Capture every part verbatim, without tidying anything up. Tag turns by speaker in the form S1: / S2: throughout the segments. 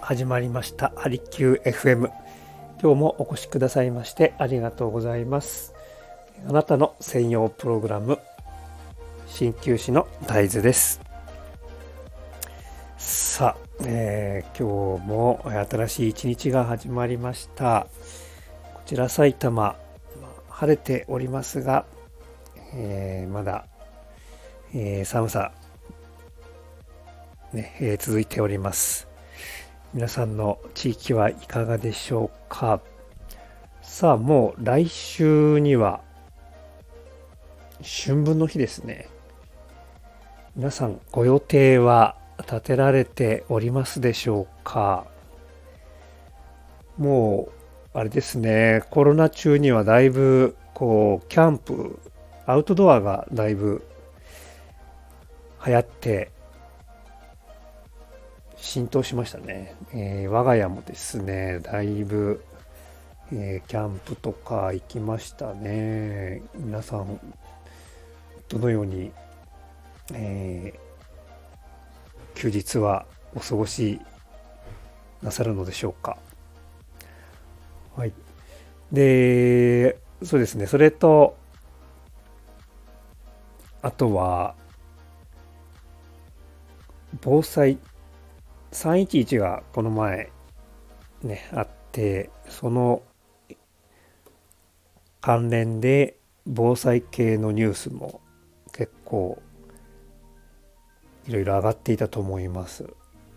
S1: 始まりましたハリキュー エフエム。 今日もお越しくださいましてありがとうございます。あなたの専用プログラム、鍼灸師の大豆です。さあ、えー、今日も新しい一日が始まりました。こちら埼玉、晴れておりますが、えー、まだ、えー、寒さね、えー、続いております。皆さんの地域はいかがでしょうか。さあ、もう来週には春分の日ですね。皆さんご予定は立てられておりますでしょうか。もうあれですね、コロナ中にはだいぶこうキャンプ、アウトドアがだいぶ流行って浸透しましたね。えー、我が家もですね、だいぶ、えー、キャンプとか行きましたね。皆さんどのように、えー、休日はお過ごしなさるのでしょうか。はい。で、そうですね。それとあとは防災さんいちいちがこの前ねあって、その関連で防災系のニュースも結構いろいろ上がっていたと思います。はい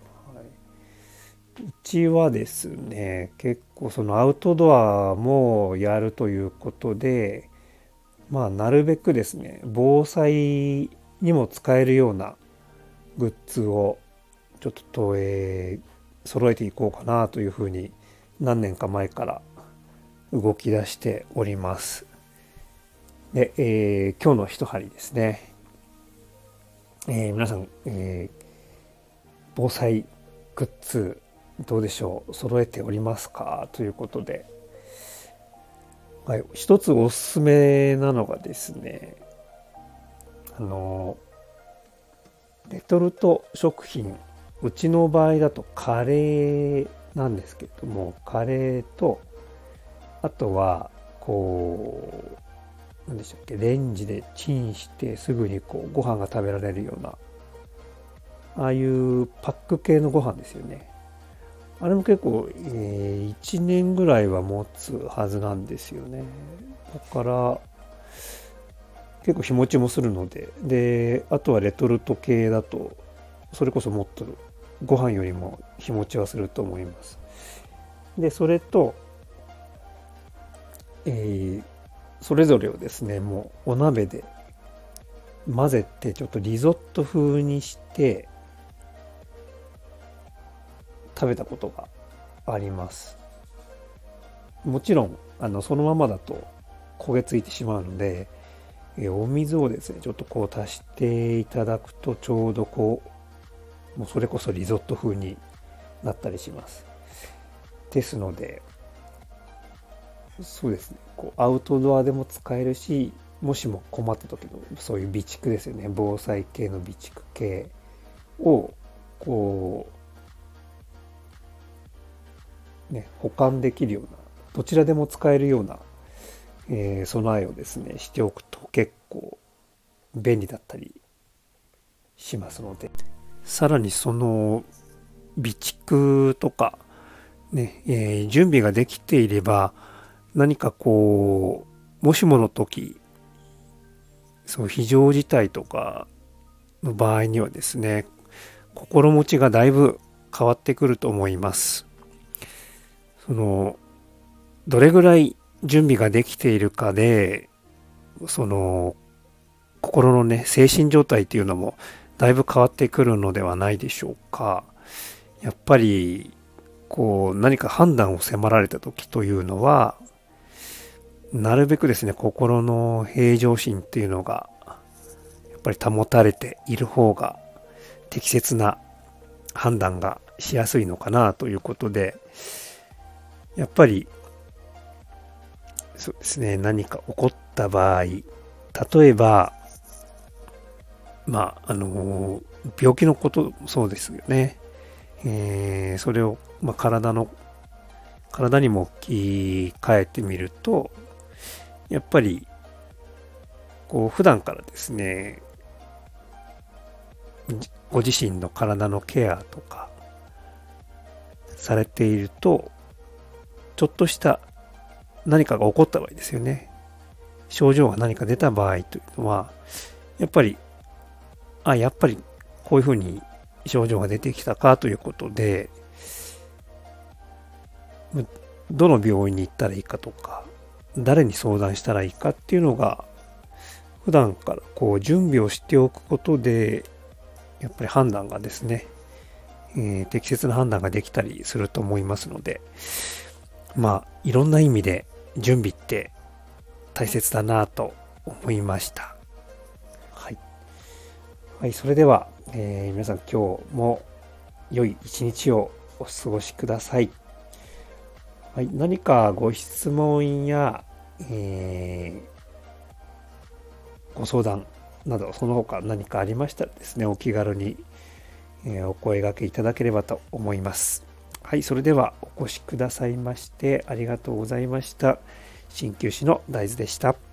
S1: 、うちはですね、結構そのアウトドアもやるということで、まあなるべくですね、防災にも使えるようなグッズをちょっと投影揃えていこうかなというふうに何年か前から動き出しております。で、えー、今日の一針ですね。えー、皆さん、えー、防災グッズどうでしょう、揃えておりますかということで、はい、一つおすすめなのがですね、あのレトルト食品、うちの場合だとカレーなんですけれども、カレーとあとはこう何でしたっけ、レンジでチンしてすぐにこうご飯が食べられるような、ああいうパック系のご飯ですよね。あれも結構、えー、いちねんぐらいは持つはずなんですよね。だから結構日持ちもするので、であとはレトルト系だとそれこそもっとご飯よりも日持ちはすると思います。でそれと、えー、それぞれをですね、もうお鍋で混ぜてちょっとリゾット風にして食べたことがあります。もちろんあのそのままだと焦げついてしまうので、えお水をですねちょっとこう足していただくとちょうどこう、もうそれこそリゾット風になったりします。ですのでそうですね、こうアウトドアでも使えるし、もしも困った時のそういう備蓄ですよね、防災系の備蓄系をこうね保管できるような、どちらでも使えるような、えー、備えをですねしておくと結構便利だったりしますので、さらにその備蓄とかね、えー、準備ができていれば、何かこうもしもの時、そう非常事態とかの場合にはですね、心持ちがだいぶ変わってくると思います。そのどれぐらい準備ができているかで、その心のね精神状態っていうのもだいぶ変わってくるのではないでしょうか。やっぱりこう何か判断を迫られた時というのは、なるべくですね心の平常心っていうのがやっぱり保たれている方が適切な判断がしやすいのかなということで、やっぱりそうですね、何か起こった場合、例えばまああの病気のこともそうですよね。えー、それをまあ、体の体にも置き換えてみると、やっぱりこう普段からですね、ご自身の体のケアとかされていると、ちょっとした何かが起こった場合ですよね。症状が何か出た場合というのは、やっぱり、あ、やっぱりこういうふうに症状が出てきたかということで、どの病院に行ったらいいかとか、誰に相談したらいいかっていうのが、普段からこう準備をしておくことで、やっぱり判断がですね、えー、適切な判断ができたりすると思いますので、まあ、いろんな意味で準備って大切だなと思いました。はい。はい、それでは、えー、皆さん今日も良い一日をお過ごしください。はい、何かご質問や、えー、ご相談など、その他何かありましたらですね、お気軽に、えー、お声掛けいただければと思います。はい、それではお越しくださいましてありがとうございました。鍼灸師の大豆でした。